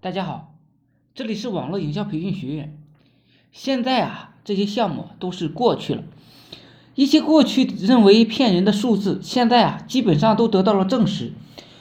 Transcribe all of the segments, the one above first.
大家好，这里是网络营销培训学院。现在这些项目都是过去了，一些过去认为骗人的数字，现在基本上都得到了证实。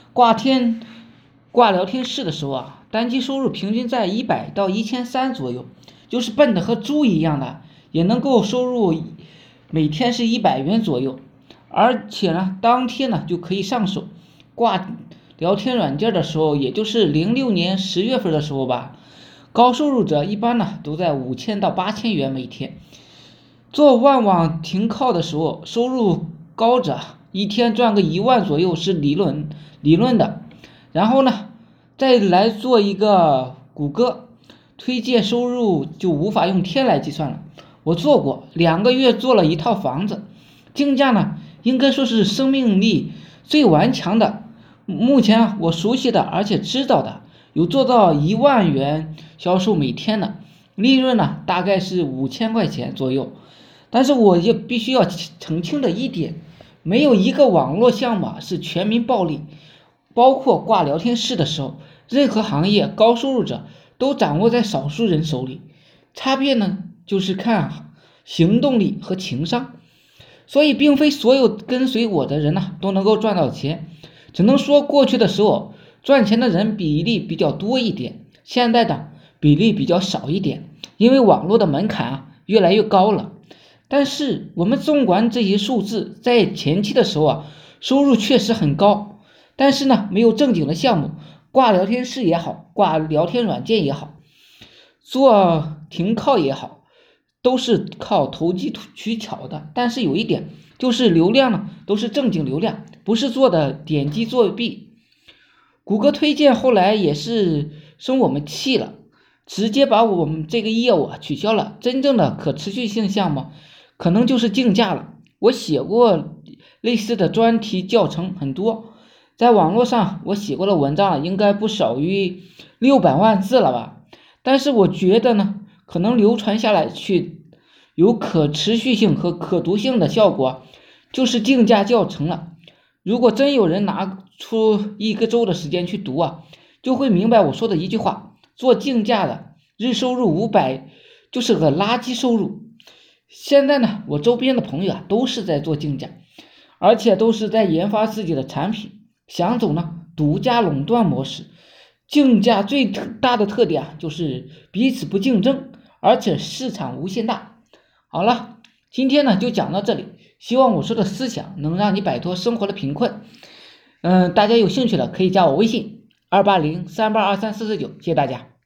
挂聊天室的时候单期收入平均在100到1300左右，就是笨的和猪一样的，也能够收入每天是100元左右，而且呢，当天呢就可以上手。挂聊天软件的时候，也就是06年10月份的时候吧，高收入者一般呢都在5000到8000元每天。做万网停靠的时候，收入高者一天赚个1万左右是理论的。然后呢，再来做一个谷歌推荐，收入就无法用天来计算了。我做过2个月，做了一套房子，竞价呢应该说是生命力最顽强的。目前我熟悉的而且知道的有做到1万元销售每天的，利润呢大概是5000块钱左右。但是我也必须要澄清的一点，没有一个网络项目是全民暴利，包括挂聊天室的时候，任何行业高收入者都掌握在少数人手里，差别呢就是看行动力和情商。所以并非所有跟随我的人都能够赚到钱，只能说过去的时候赚钱的人比例比较多一点，现在的比例比较少一点，因为网络的门槛越来越高了。但是我们纵观这些数字，在前期的时候收入确实很高，但是呢没有正经的项目，挂聊天室也好，挂聊天软件也好，做停靠也好，都是靠投机取巧的。但是有一点就是流量呢都是正经流量，不是做的点击作弊。谷歌推荐后来也是生我们气了，直接把我们这个业务取消了。真正的可持续性项目可能就是竞价了。我写过类似的专题教程很多，在网络上我写过的文章应该不少于600万字了吧。但是我觉得呢，可能流传下来去有可持续性和可读性的效果，就是竞价教程了。如果真有人拿出1个周的时间去读就会明白我说的一句话：做竞价的日收入500就是个垃圾收入。现在呢，我周边的朋友都是在做竞价，而且都是在研发自己的产品，想走呢独家垄断模式。竞价最大的特点就是彼此不竞争，而且市场无限大。好了，今天呢就讲到这里，希望我说的思想能让你摆脱生活的贫困。大家有兴趣的可以加我微信280-382-3449，谢谢大家。